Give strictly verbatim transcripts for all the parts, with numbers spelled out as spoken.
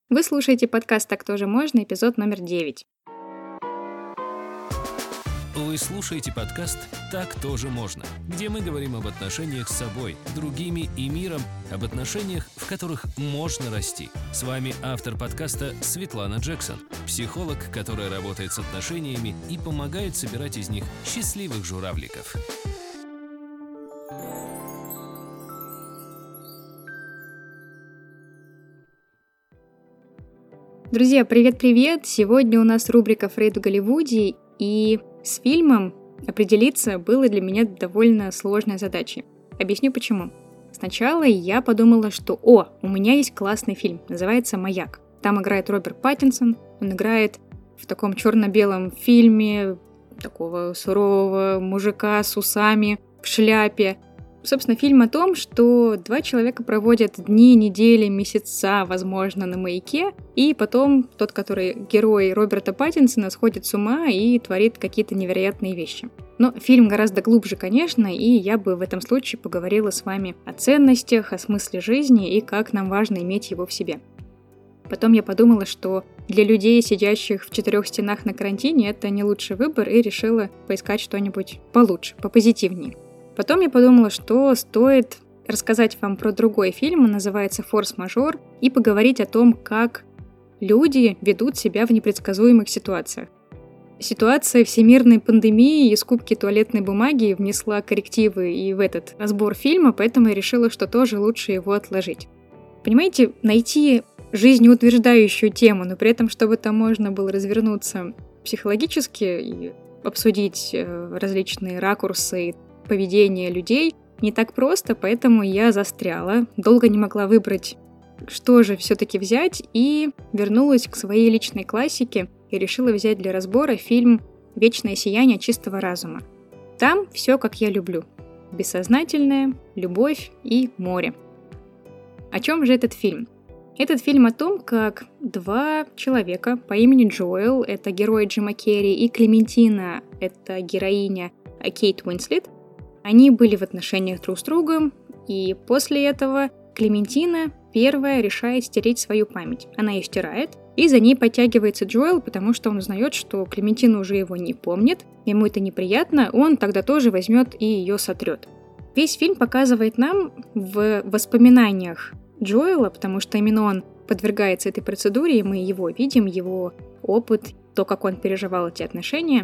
Вы слушаете подкаст «Так тоже можно», эпизод номер девять. Вы слушаете подкаст «Так тоже можно», где мы говорим об отношениях с собой, другими и миром, об отношениях, в которых можно расти. С вами автор подкаста Светлана Джексон, психолог, которая работает с отношениями и помогает собирать из них счастливых журавликов. Друзья, привет-привет! Сегодня у нас рубрика «Фрейд в Голливуде», и с фильмом определиться было для меня довольно сложной задачей. Объясню почему. Сначала я подумала, что «О, у меня есть классный фильм, называется «Маяк». Там играет Роберт Паттинсон, он играет в таком черно-белом фильме такого сурового мужика с усами, в шляпе. Собственно, фильм о том, что два человека проводят дни, недели, месяца, возможно, на маяке, и потом тот, который герой Роберта Паттинсона, сходит с ума и творит какие-то невероятные вещи. Но фильм гораздо глубже, конечно, и я бы в этом случае поговорила с вами о ценностях, о смысле жизни и как нам важно иметь его в себе. Потом я подумала, что для людей, сидящих в четырех стенах на карантине, это не лучший выбор, и решила поискать что-нибудь получше, попозитивнее. Потом я подумала, что стоит рассказать вам про другой фильм, он называется «Форс-мажор», и поговорить о том, как люди ведут себя в непредсказуемых ситуациях. Ситуация всемирной пандемии и скупки туалетной бумаги внесла коррективы и в этот разбор фильма, поэтому я решила, что тоже лучше его отложить. Понимаете, найти жизнеутверждающую тему, но при этом, чтобы там можно было развернуться психологически и обсудить различные ракурсы, поведение людей не так просто, поэтому я застряла, долго не могла выбрать, что же все-таки взять, и вернулась к своей личной классике и решила взять для разбора фильм «Вечное сияние чистого разума». Там все, как я люблю. Бессознательное, любовь и море. О чем же этот фильм? Этот фильм о том, как два человека по имени Джоэл, это герой Джима Керри, и Клементина, это героиня Кейт Уинслет, они были в отношениях друг с другом, и после этого Клементина первая решает стереть свою память. Она ее стирает, и за ней подтягивается Джоэл, потому что он узнает, что Клементина уже его не помнит, ему это неприятно, он тогда тоже возьмет и ее сотрет. Весь фильм показывает нам в воспоминаниях Джоэла, потому что именно он подвергается этой процедуре, и мы его видим, его опыт, то, как он переживал эти отношения.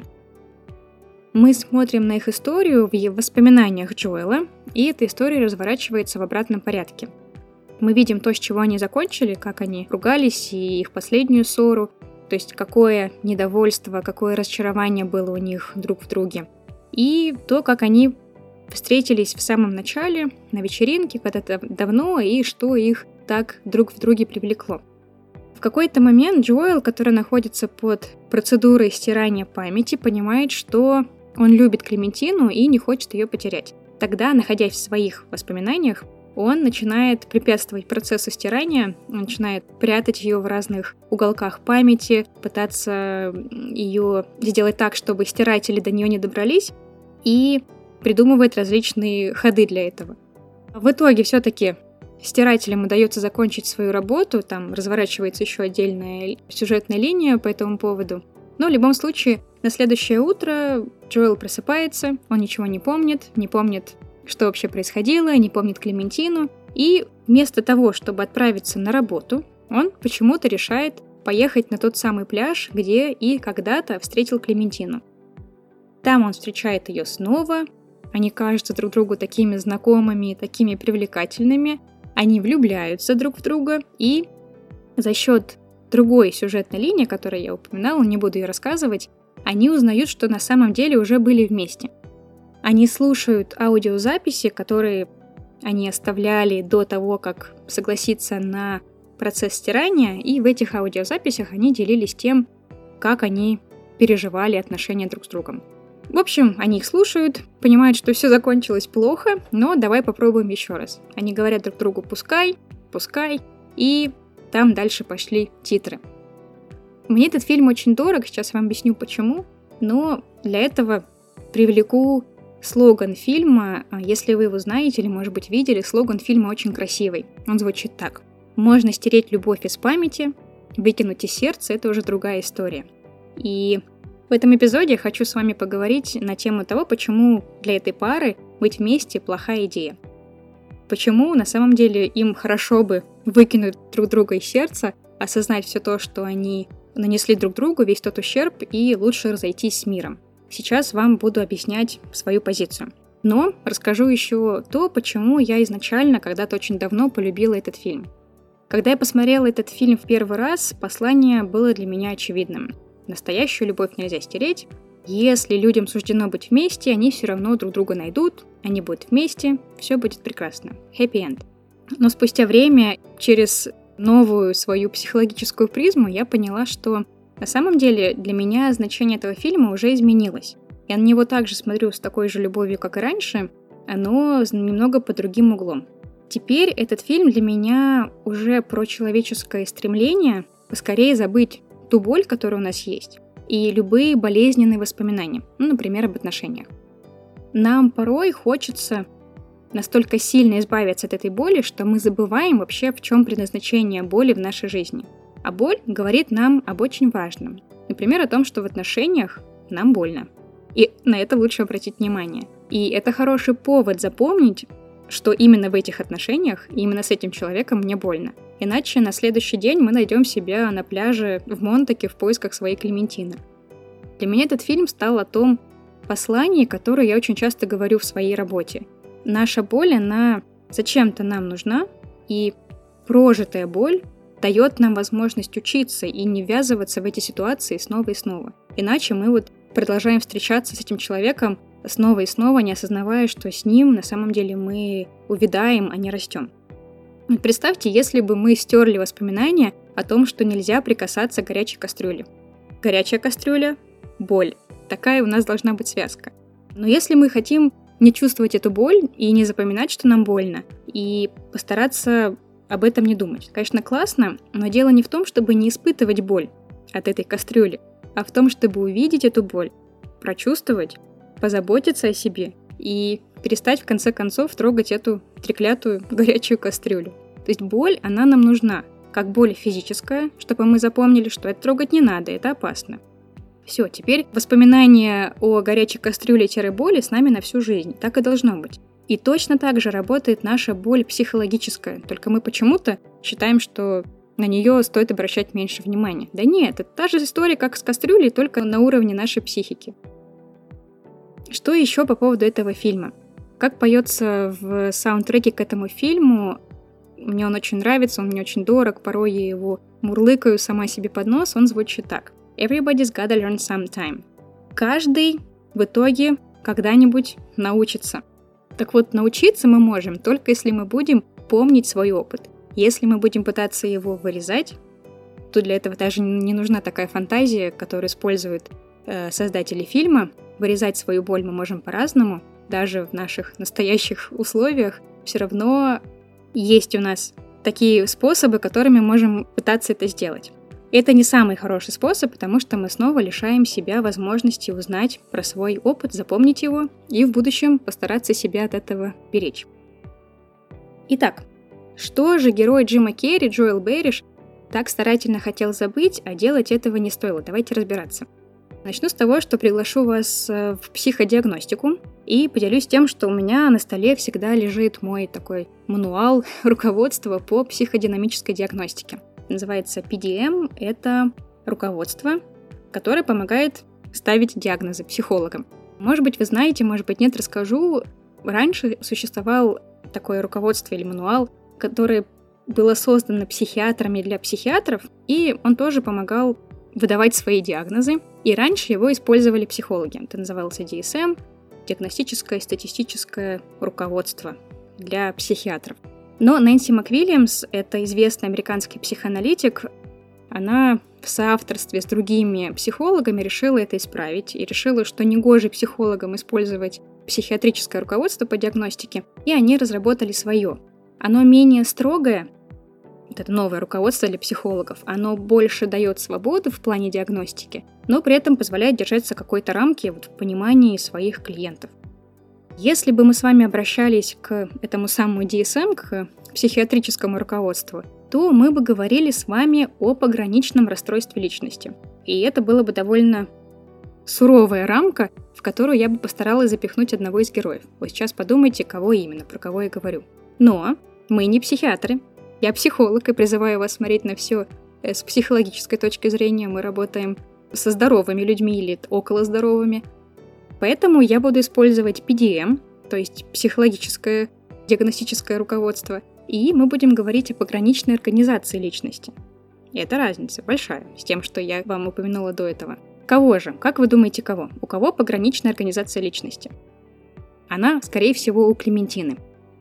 Мы смотрим на их историю в воспоминаниях Джоэла, и эта история разворачивается в обратном порядке. Мы видим то, с чего они закончили, как они ругались, и их последнюю ссору, то есть какое недовольство, какое разочарование было у них друг в друге, и то, как они встретились в самом начале, на вечеринке, когда-то давно, и что их так друг в друге привлекло. В какой-то момент Джоэл, который находится под процедурой стирания памяти, понимает, что он любит Клементину и не хочет ее потерять. Тогда, находясь в своих воспоминаниях, он начинает препятствовать процессу стирания, он начинает прятать ее в разных уголках памяти, пытаться ее сделать так, чтобы стиратели до нее не добрались, и придумывает различные ходы для этого. В итоге все-таки стирателям удается закончить свою работу, там разворачивается еще отдельная сюжетная линия по этому поводу. Но в любом случае, на следующее утро Джоэл просыпается, он ничего не помнит, не помнит, что вообще происходило, не помнит Клементину, и вместо того, чтобы отправиться на работу, он почему-то решает поехать на тот самый пляж, где и когда-то встретил Клементину. Там он встречает ее снова, они кажутся друг другу такими знакомыми, такими привлекательными, они влюбляются друг в друга, и за счет другой сюжетной линии, которую я упоминала, не буду ее рассказывать, они узнают, что на самом деле уже были вместе. Они слушают аудиозаписи, которые они оставляли до того, как согласиться на процесс стирания, и в этих аудиозаписях они делились тем, как они переживали отношения друг с другом. В общем, они их слушают, понимают, что все закончилось плохо, но давай попробуем еще раз. Они говорят друг другу «пускай», «пускай», и там дальше пошли титры. Мне этот фильм очень дорог, сейчас вам объясню почему, но для этого привлеку слоган фильма. Если вы его знаете или, может быть, видели, слоган фильма очень красивый. Он звучит так: «Можно стереть любовь из памяти, выкинуть из сердца — это уже другая история. И в этом эпизоде я хочу с вами поговорить на тему того, почему для этой пары быть вместе — плохая идея. Почему на самом деле им хорошо бы выкинуть друг друга из сердца, осознать все то, что они нанесли друг другу, весь тот ущерб, и лучше разойтись с миром. Сейчас вам буду объяснять свою позицию. Но расскажу еще то, почему я изначально когда-то очень давно полюбила этот фильм. Когда я посмотрела этот фильм в первый раз, послание было для меня очевидным. Настоящую любовь нельзя стереть. Если людям суждено быть вместе, они все равно друг друга найдут, они будут вместе, все будет прекрасно. Happy end. Но спустя время, через новую свою психологическую призму, я поняла, что на самом деле для меня значение этого фильма уже изменилось. Я на него также смотрю с такой же любовью, как и раньше, но немного под другим углом. Теперь этот фильм для меня уже про человеческое стремление поскорее забыть ту боль, которая у нас есть, и любые болезненные воспоминания, ну, например, об отношениях. Нам порой хочется настолько сильно избавиться от этой боли, что мы забываем вообще, в чем предназначение боли в нашей жизни. А боль говорит нам об очень важном. Например, о том, что в отношениях нам больно. И на это лучше обратить внимание. И это хороший повод запомнить, что именно в этих отношениях, именно с этим человеком мне больно. Иначе на следующий день мы найдем себя на пляже в Монтаке в поисках своей Клементины. Для меня этот фильм стал о том послании, которое я очень часто говорю в своей работе. Наша боль, она зачем-то нам нужна, и прожитая боль дает нам возможность учиться и не ввязываться в эти ситуации снова и снова. Иначе мы вот продолжаем встречаться с этим человеком снова и снова, не осознавая, что с ним на самом деле мы увядаем, а не растем. Представьте, если бы мы стерли воспоминания о том, что нельзя прикасаться к горячей кастрюле. Горячая кастрюля – боль. Такая у нас должна быть связка. Но если мы хотим не чувствовать эту боль и не запоминать, что нам больно, и постараться об этом не думать. Конечно, классно, но дело не в том, чтобы не испытывать боль от этой кастрюли, а в том, чтобы увидеть эту боль, прочувствовать, позаботиться о себе и перестать в конце концов трогать эту треклятую горячую кастрюлю. То есть боль, она нам нужна, как боль физическая, чтобы мы запомнили, что это трогать не надо, это опасно. Все, теперь воспоминания о горячей кастрюле-боли с нами на всю жизнь. Так и должно быть. И точно так же работает наша боль психологическая, только мы почему-то считаем, что на нее стоит обращать меньше внимания. Да нет, это та же история, как с кастрюлей, только на уровне нашей психики. Что еще по поводу этого фильма? Как поется в саундтреке к этому фильму, мне он очень нравится, он мне очень дорог, порой я его мурлыкаю сама себе под нос, он звучит так. Everybody's gotta learn sometime. Каждый в итоге когда-нибудь научится. Так вот, научиться мы можем, только если мы будем помнить свой опыт. Если мы будем пытаться его вырезать, то для этого даже не нужна такая фантазия, которую используют э, создатели фильма. Вырезать свою боль мы можем по-разному, даже в наших настоящих условиях. Все равно есть у нас такие способы, которыми мы можем пытаться это сделать. Это не самый хороший способ, потому что мы снова лишаем себя возможности узнать про свой опыт, запомнить его и в будущем постараться себя от этого беречь. Итак, что же герой Джима Керри, Джоэл Бэриш, так старательно хотел забыть, а делать этого не стоило? Давайте разбираться. Начну с того, что приглашу вас в психодиагностику и поделюсь тем, что у меня на столе всегда лежит мой такой мануал, руководство по психодинамической диагностике. Называется пи ди эм, это руководство, которое помогает ставить диагнозы психологам. Может быть, вы знаете, может быть, нет, расскажу. Раньше существовал такое руководство или мануал, которое было создано психиатрами для психиатров, и он тоже помогал выдавать свои диагнозы, и раньше его использовали психологи. Это назывался ди эс эм, диагностическое статистическое руководство для психиатров. Но Нэнси МакВильямс, это известный американский психоаналитик, она в соавторстве с другими психологами решила это исправить и решила, что негоже психологам использовать психиатрическое руководство по диагностике, и они разработали свое. Оно менее строгое, вот это новое руководство для психологов, оно больше дает свободу в плане диагностики, но при этом позволяет держаться какой-то рамки вот, в понимании своих клиентов. Если бы мы с вами обращались к этому самому ди эс эм, к психиатрическому руководству, то то мы бы говорили с вами о пограничном расстройстве личности. И это было бы довольно суровая рамка, в которую я бы постаралась запихнуть одного из героев. Вот сейчас подумайте, кого именно, про кого я говорю. Но мы не психиатры. Я психолог и призываю вас смотреть на все с психологической точки зрения. Мы работаем со здоровыми людьми или около здоровыми. Поэтому я буду использовать пи ди эм, то есть психологическое диагностическое руководство, и мы будем говорить о пограничной организации личности. И это разница большая с тем, что я вам упомянула до этого. Кого же? Как вы думаете, кого? У кого пограничная организация личности? Она, скорее всего, у Клементины.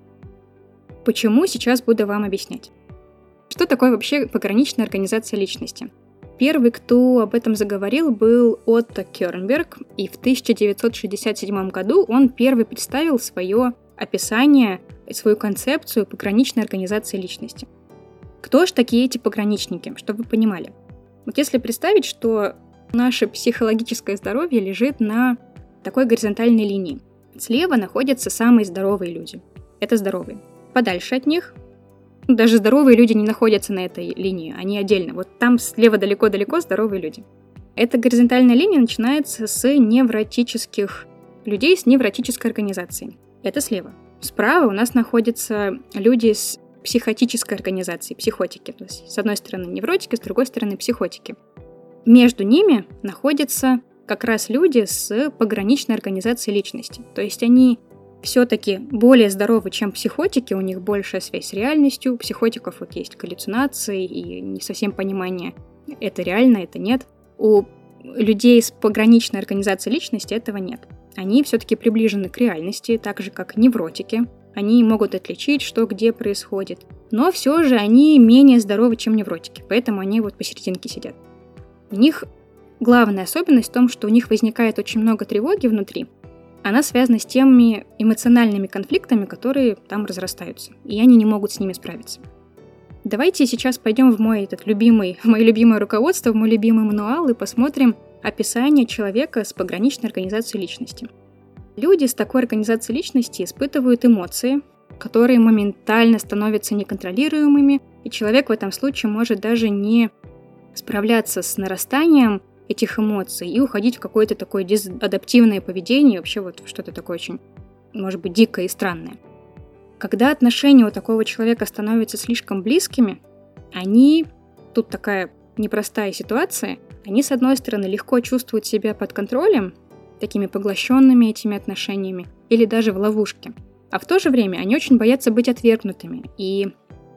Почему, сейчас буду вам объяснять. Что такое вообще пограничная организация личности? Первый, кто об этом заговорил, был Отто Кернберг, и в тысяча девятьсот шестьдесят седьмом году он первый представил свое описание, свою концепцию пограничной организации личности. Кто же такие эти пограничники, чтобы вы понимали? Вот если представить, что наше психологическое здоровье лежит на такой горизонтальной линии. Слева находятся самые здоровые люди. Это здоровые. Подальше от них даже здоровые люди не находятся на этой линии, они отдельно. Вот там слева далеко-далеко здоровые люди. Эта горизонтальная линия начинается с невротических людей, с невротической организацией. Это слева. Справа у нас находятся люди с психотической организацией, психотики. То есть, с одной стороны невротики, с другой стороны психотики. Между ними находятся как раз люди с пограничной организацией личности. То есть они все-таки более здоровы, чем психотики, у них большая связь с реальностью. У психотиков вот есть галлюцинации и не совсем понимание, это реально, это нет. У людей с пограничной организацией личности этого нет. Они все-таки приближены к реальности, так же как невротики. Они могут отличить, что где происходит. Но все же они менее здоровы, чем невротики, поэтому они вот посерединке сидят. У них главная особенность в том, что у них возникает очень много тревоги внутри. Она связана с теми эмоциональными конфликтами, которые там разрастаются, и они не могут с ними справиться. Давайте сейчас пойдем в мой этот любимый, в мое любимое руководство, в мой любимый мануал и посмотрим описание человека с пограничной организацией личности. Люди с такой организацией личности испытывают эмоции, которые моментально становятся неконтролируемыми, и человек в этом случае может даже не справляться с нарастанием этих эмоций и уходить в какое-то такое дезадаптивное поведение, вообще вот что-то такое очень, может быть, дикое и странное. Когда отношения у такого человека становятся слишком близкими, они, тут такая непростая ситуация, они, с одной стороны, легко чувствуют себя под контролем, такими поглощенными этими отношениями, или даже в ловушке. А в то же время они очень боятся быть отвергнутыми, и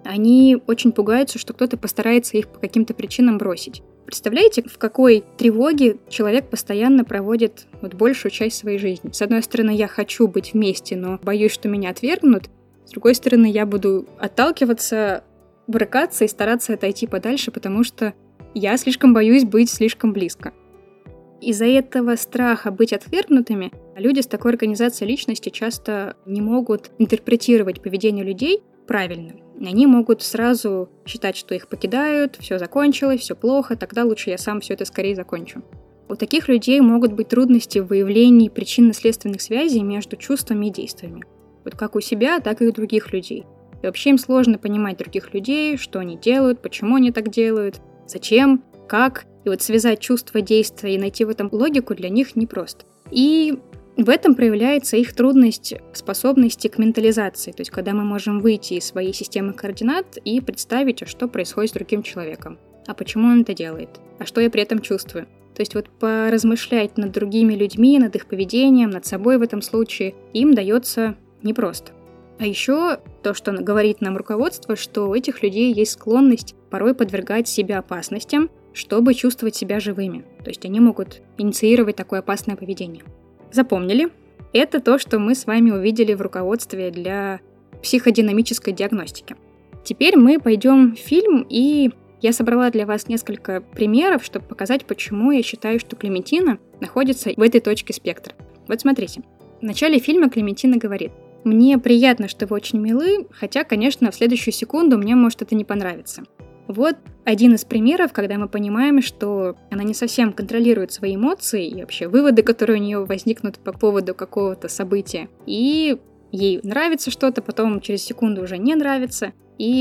они очень пугаются, что кто-то постарается их по каким-то причинам бросить. Представляете, в какой тревоге человек постоянно проводит вот большую часть своей жизни? С одной стороны, я хочу быть вместе, но боюсь, что меня отвергнут. С другой стороны, я буду отталкиваться, брыкаться и стараться отойти подальше, потому что я слишком боюсь быть слишком близко. Из-за этого страха быть отвергнутыми люди с такой организацией личности часто не могут интерпретировать поведение людей правильно. Они могут сразу считать, что их покидают, все закончилось, все плохо, тогда лучше я сам все это скорее закончу. У таких людей могут быть трудности в выявлении причинно-следственных связей между чувствами и действиями. Вот как у себя, так и у других людей. И вообще им сложно понимать других людей, что они делают, почему они так делают, зачем, как. И вот связать чувства, действия и найти в этом логику для них непросто. И в этом проявляется их трудность способности к ментализации, то есть когда мы можем выйти из своей системы координат и представить, а что происходит с другим человеком, а почему он это делает, а что я при этом чувствую. То есть вот поразмышлять над другими людьми, над их поведением, над собой в этом случае им дается непросто. А еще то, что говорит нам руководство, что у этих людей есть склонность порой подвергать себя опасностям, чтобы чувствовать себя живыми. То есть они могут инициировать такое опасное поведение. Запомнили? Это то, что мы с вами увидели в руководстве для психодинамической диагностики. Теперь мы пойдем в фильм, и я собрала для вас несколько примеров, чтобы показать, почему я считаю, что Клементина находится в этой точке спектра. Вот смотрите. В начале фильма Клементина говорит: «Мне приятно, что вы очень милы, хотя, конечно, в следующую секунду мне может это не понравиться». Вот один из примеров, когда мы понимаем, что она не совсем контролирует свои эмоции и вообще выводы, которые у нее возникнут по поводу какого-то события. И ей нравится что-то, потом через секунду уже не нравится. И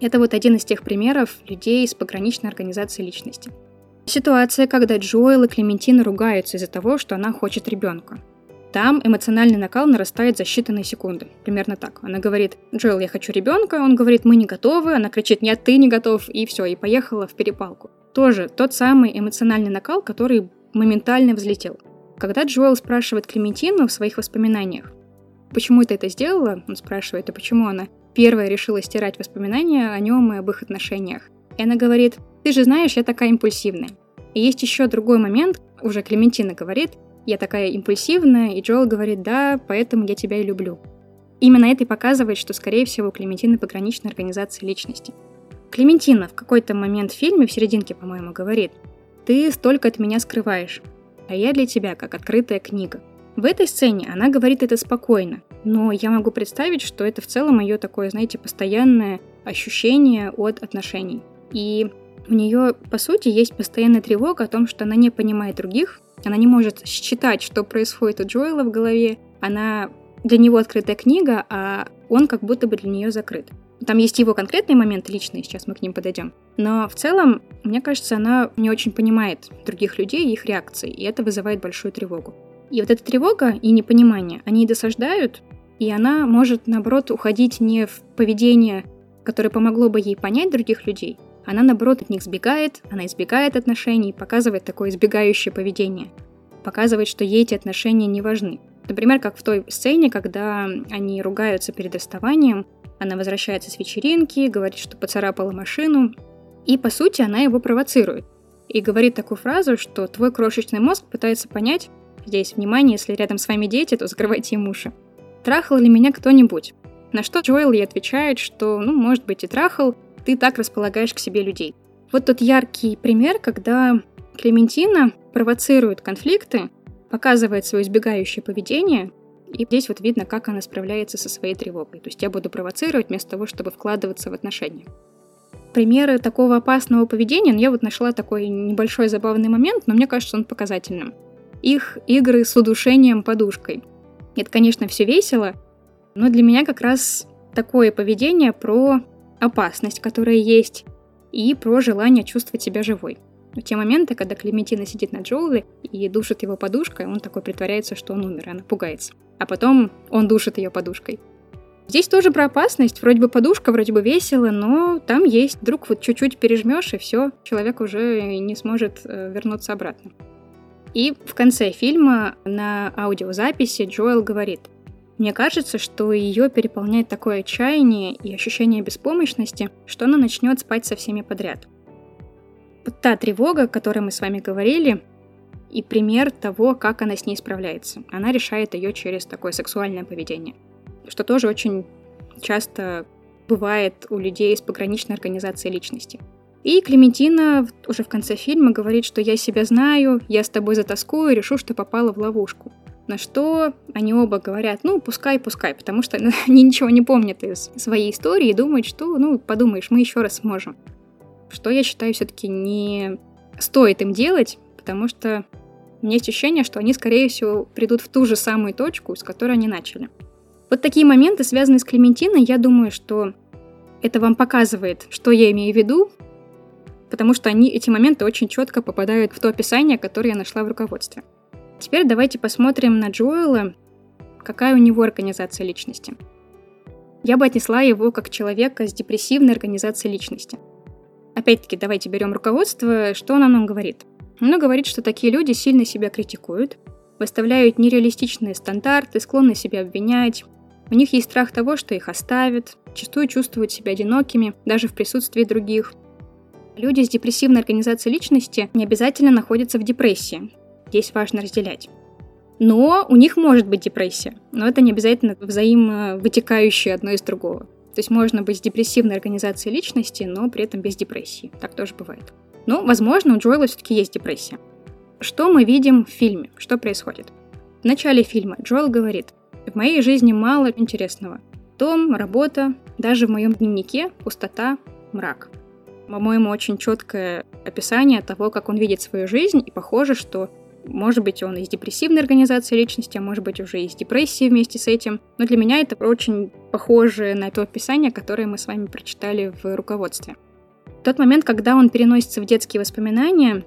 Это вот один из тех примеров людей с пограничной организацией личности. Ситуация, когда Джоэл и Клементина ругаются из-за того, что она хочет ребенка. Там эмоциональный накал нарастает за считанные секунды. Примерно так. Она говорит: «Джоэл, я хочу ребенка». Он говорит: «Мы не готовы». Она кричит: «Нет, ты не готов». И все, и поехала в перепалку. Тоже тот самый эмоциональный накал, который моментально взлетел. Когда Джоэл спрашивает Клементину в своих воспоминаниях, почему ты это сделала, он спрашивает, а почему она первая решила стирать воспоминания о нем и об их отношениях. И она говорит: «Ты же знаешь, я такая импульсивная». И есть еще другой момент, уже Клементина говорит: «Я такая импульсивная», и Джоэл говорит: «Да, поэтому я тебя и люблю». Именно это и показывает, что, скорее всего, у Клементины пограничная организация личности. Клементина в какой-то момент в фильме, в серединке, по-моему, говорит: «Ты столько от меня скрываешь, а я для тебя как открытая книга». В этой сцене она говорит это спокойно, но я могу представить, что это в целом ее такое, знаете, постоянное ощущение от отношений. И у нее, по сути, есть постоянная тревога о том, что она не понимает других, она не может считать, что происходит у Джоэла в голове, она для него открытая книга, а он как будто бы для нее закрыт. Там есть его конкретные моменты личные, сейчас мы к ним подойдем. Но в целом, мне кажется, она не очень понимает других людей и их реакции, и это вызывает большую тревогу. И вот эта тревога и непонимание, они досаждают, и она может, наоборот, уходить не в поведение, которое помогло бы ей понять других людей. Она, наоборот, от них сбегает, она избегает отношений, показывает такое избегающее поведение. Показывает, что ей эти отношения не важны. Например, как в той сцене, когда они ругаются перед расставанием, она возвращается с вечеринки, говорит, что поцарапала машину, и, по сути, она его провоцирует. И говорит такую фразу, что твой крошечный мозг пытается понять, здесь, внимание, если рядом с вами дети, то закрывайте им уши, трахал ли меня кто-нибудь? На что Джоэл ей отвечает, что, ну, может быть, и трахал, ты так располагаешь к себе людей. Вот тот яркий пример, когда Клементина провоцирует конфликты, показывает свое избегающее поведение, и здесь вот видно, как она справляется со своей тревогой. То есть я буду провоцировать вместо того, чтобы вкладываться в отношения. Примеры такого опасного поведения, ну, я вот нашла такой небольшой забавный момент, но мне кажется, он показательным. Их игры с удушением подушкой. Это, конечно, все весело, но для меня как раз такое поведение про опасность, которая есть, и про желание чувствовать себя живой. В те моменты, когда Клементина сидит на Джоэле и душит его подушкой, он такой притворяется, что он умер, и она пугается. А потом он душит ее подушкой. Здесь тоже про опасность. Вроде бы подушка, вроде бы весело, но там есть. Вдруг вот чуть-чуть пережмешь, и все, человек уже не сможет вернуться обратно. И в конце фильма на аудиозаписи Джоэл говорит: «Мне кажется, что ее переполняет такое отчаяние и ощущение беспомощности, что она начнет спать со всеми подряд». Вот та тревога, о которой мы с вами говорили, и пример того, как она с ней справляется. Она решает ее через такое сексуальное поведение, что тоже очень часто бывает у людей с пограничной организацией личности. И Клементина уже в конце фильма говорит, что я себя знаю, я с тобой затаскую и решу, что попала в ловушку. На что они оба говорят: ну, пускай, пускай, потому что они ничего не помнят из своей истории и думают, что, ну, подумаешь, мы еще раз сможем. Что я считаю все-таки не стоит им делать, потому что у меня есть ощущение, что они, скорее всего, придут в ту же самую точку, с которой они начали. Вот такие моменты, связанные с Клементиной, я думаю, что это вам показывает, что я имею в виду, потому что они, эти моменты очень четко попадают в то описание, которое я нашла в руководстве. Теперь давайте посмотрим на Джоэла, какая у него организация личности. Я бы отнесла его как человека с депрессивной организацией личности. Опять-таки, давайте берем руководство, что оно нам говорит. Оно говорит, что такие люди сильно себя критикуют, выставляют нереалистичные стандарты, склонны себя обвинять. У них есть страх того, что их оставят, зачастую чувствуют себя одинокими, даже в присутствии других. Люди с депрессивной организацией личности не обязательно находятся в депрессии. Здесь важно разделять. Но у них может быть депрессия, но это не обязательно взаимовытекающее одно из другого. То есть можно быть с депрессивной организацией личности, но при этом без депрессии. Так тоже бывает. Но, возможно, у Джоэла все-таки есть депрессия. Что мы видим в фильме? Что происходит? В начале фильма Джоэл говорит: в моей жизни мало интересного. Дом, работа, даже в моем дневнике пустота, мрак. По-моему, очень четкое описание того, как он видит свою жизнь, и похоже, что Может быть, он из депрессивной организации личности, а может быть, уже из депрессии вместе с этим. Но для меня это очень похоже на то описание, которое мы с вами прочитали в руководстве. В тот момент, когда он переносится в детские воспоминания,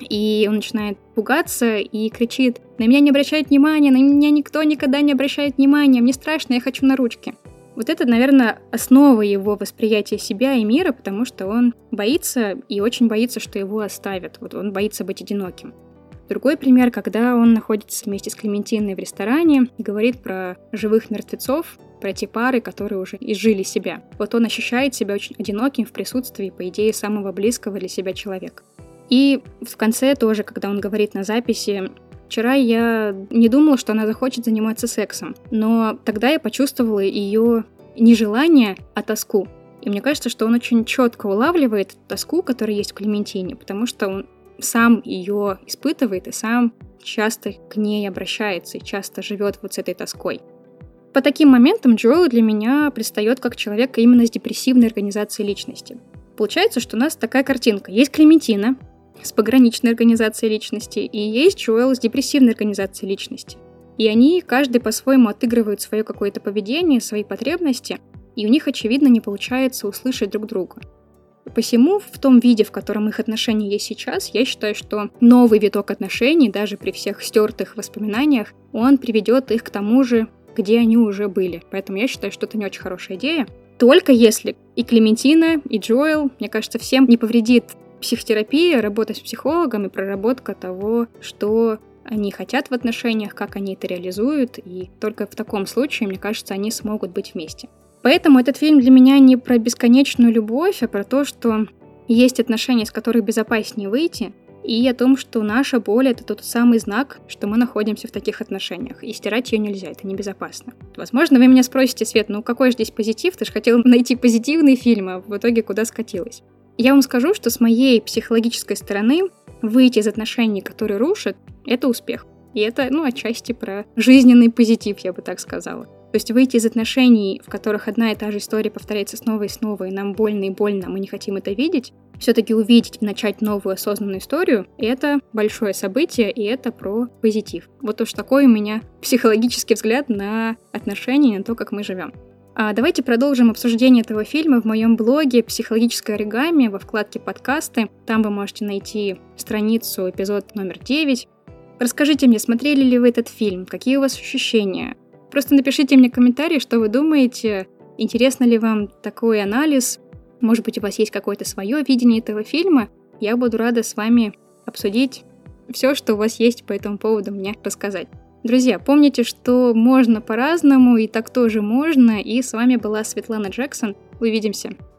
и он начинает пугаться и кричит: «На меня не обращают внимания, на меня никто никогда не обращает внимания, мне страшно, я хочу на ручки». Вот это, наверное, основа его восприятия себя и мира, потому что он боится и очень боится, что его оставят. Вот он боится быть одиноким. Другой пример, когда он находится вместе с Клементиной в ресторане и говорит про живых мертвецов, про те пары, которые уже изжили себя. Вот он ощущает себя очень одиноким в присутствии, по идее, самого близкого для себя человека. И в конце тоже, когда он говорит на записи: «Вчера я не думала, что она захочет заниматься сексом, но тогда я почувствовала ее не желание, а тоску». И мне кажется, что он очень четко улавливает тоску, которая есть в Клементине, потому что он сам ее испытывает и сам часто к ней обращается и часто живет вот с этой тоской. По таким моментам Джоэл для меня предстает как человек именно с депрессивной организацией личности. Получается, что у нас такая картинка. Есть Клементина с пограничной организацией личности, и есть Джоэл с депрессивной организацией личности. И они каждый по-своему отыгрывают свое какое-то поведение, свои потребности, и у них, очевидно, не получается услышать друг друга. Посему, в том виде, в котором их отношения есть сейчас, я считаю, что новый виток отношений, даже при всех стертых воспоминаниях, он приведет их к тому же, где они уже были. Поэтому я считаю, что это не очень хорошая идея. Только если и Клементина, и Джоэл, мне кажется, всем не повредит психотерапия, работа с психологом и проработка того, что они хотят в отношениях, как они это реализуют, и только в таком случае, мне кажется, они смогут быть вместе. Поэтому этот фильм для меня не про бесконечную любовь, а про то, что есть отношения, с которых безопаснее выйти, и о том, что наша боль — это тот самый знак, что мы находимся в таких отношениях, и стирать ее нельзя, это небезопасно. Возможно, вы меня спросите: Свет, ну какой же здесь позитив? Ты же хотела найти позитивные фильмы, а в итоге куда скатилась? Я вам скажу, что с моей психологической стороны выйти из отношений, которые рушат, это успех. И это, ну, отчасти про жизненный позитив, я бы так сказала. То есть выйти из отношений, в которых одна и та же история повторяется снова и снова, и нам больно и больно, мы не хотим это видеть, все-таки увидеть и начать новую осознанную историю, это большое событие, и это про позитив. Вот уж такой у меня психологический взгляд на отношения, на то, как мы живем. А давайте продолжим обсуждение этого фильма в моем блоге «Психологическое оригами» во вкладке «Подкасты». Там вы можете найти страницу, эпизод номер девять. Расскажите мне, смотрели ли вы этот фильм, какие у вас ощущения? Просто напишите мне комментарий, что вы думаете, интересно ли вам такой анализ, может быть, у вас есть какое-то свое видение этого фильма. Я буду рада с вами обсудить все, что у вас есть по этому поводу мне рассказать. Друзья, помните, что можно по-разному, и так тоже можно, и с вами была Светлана Джексон. Увидимся!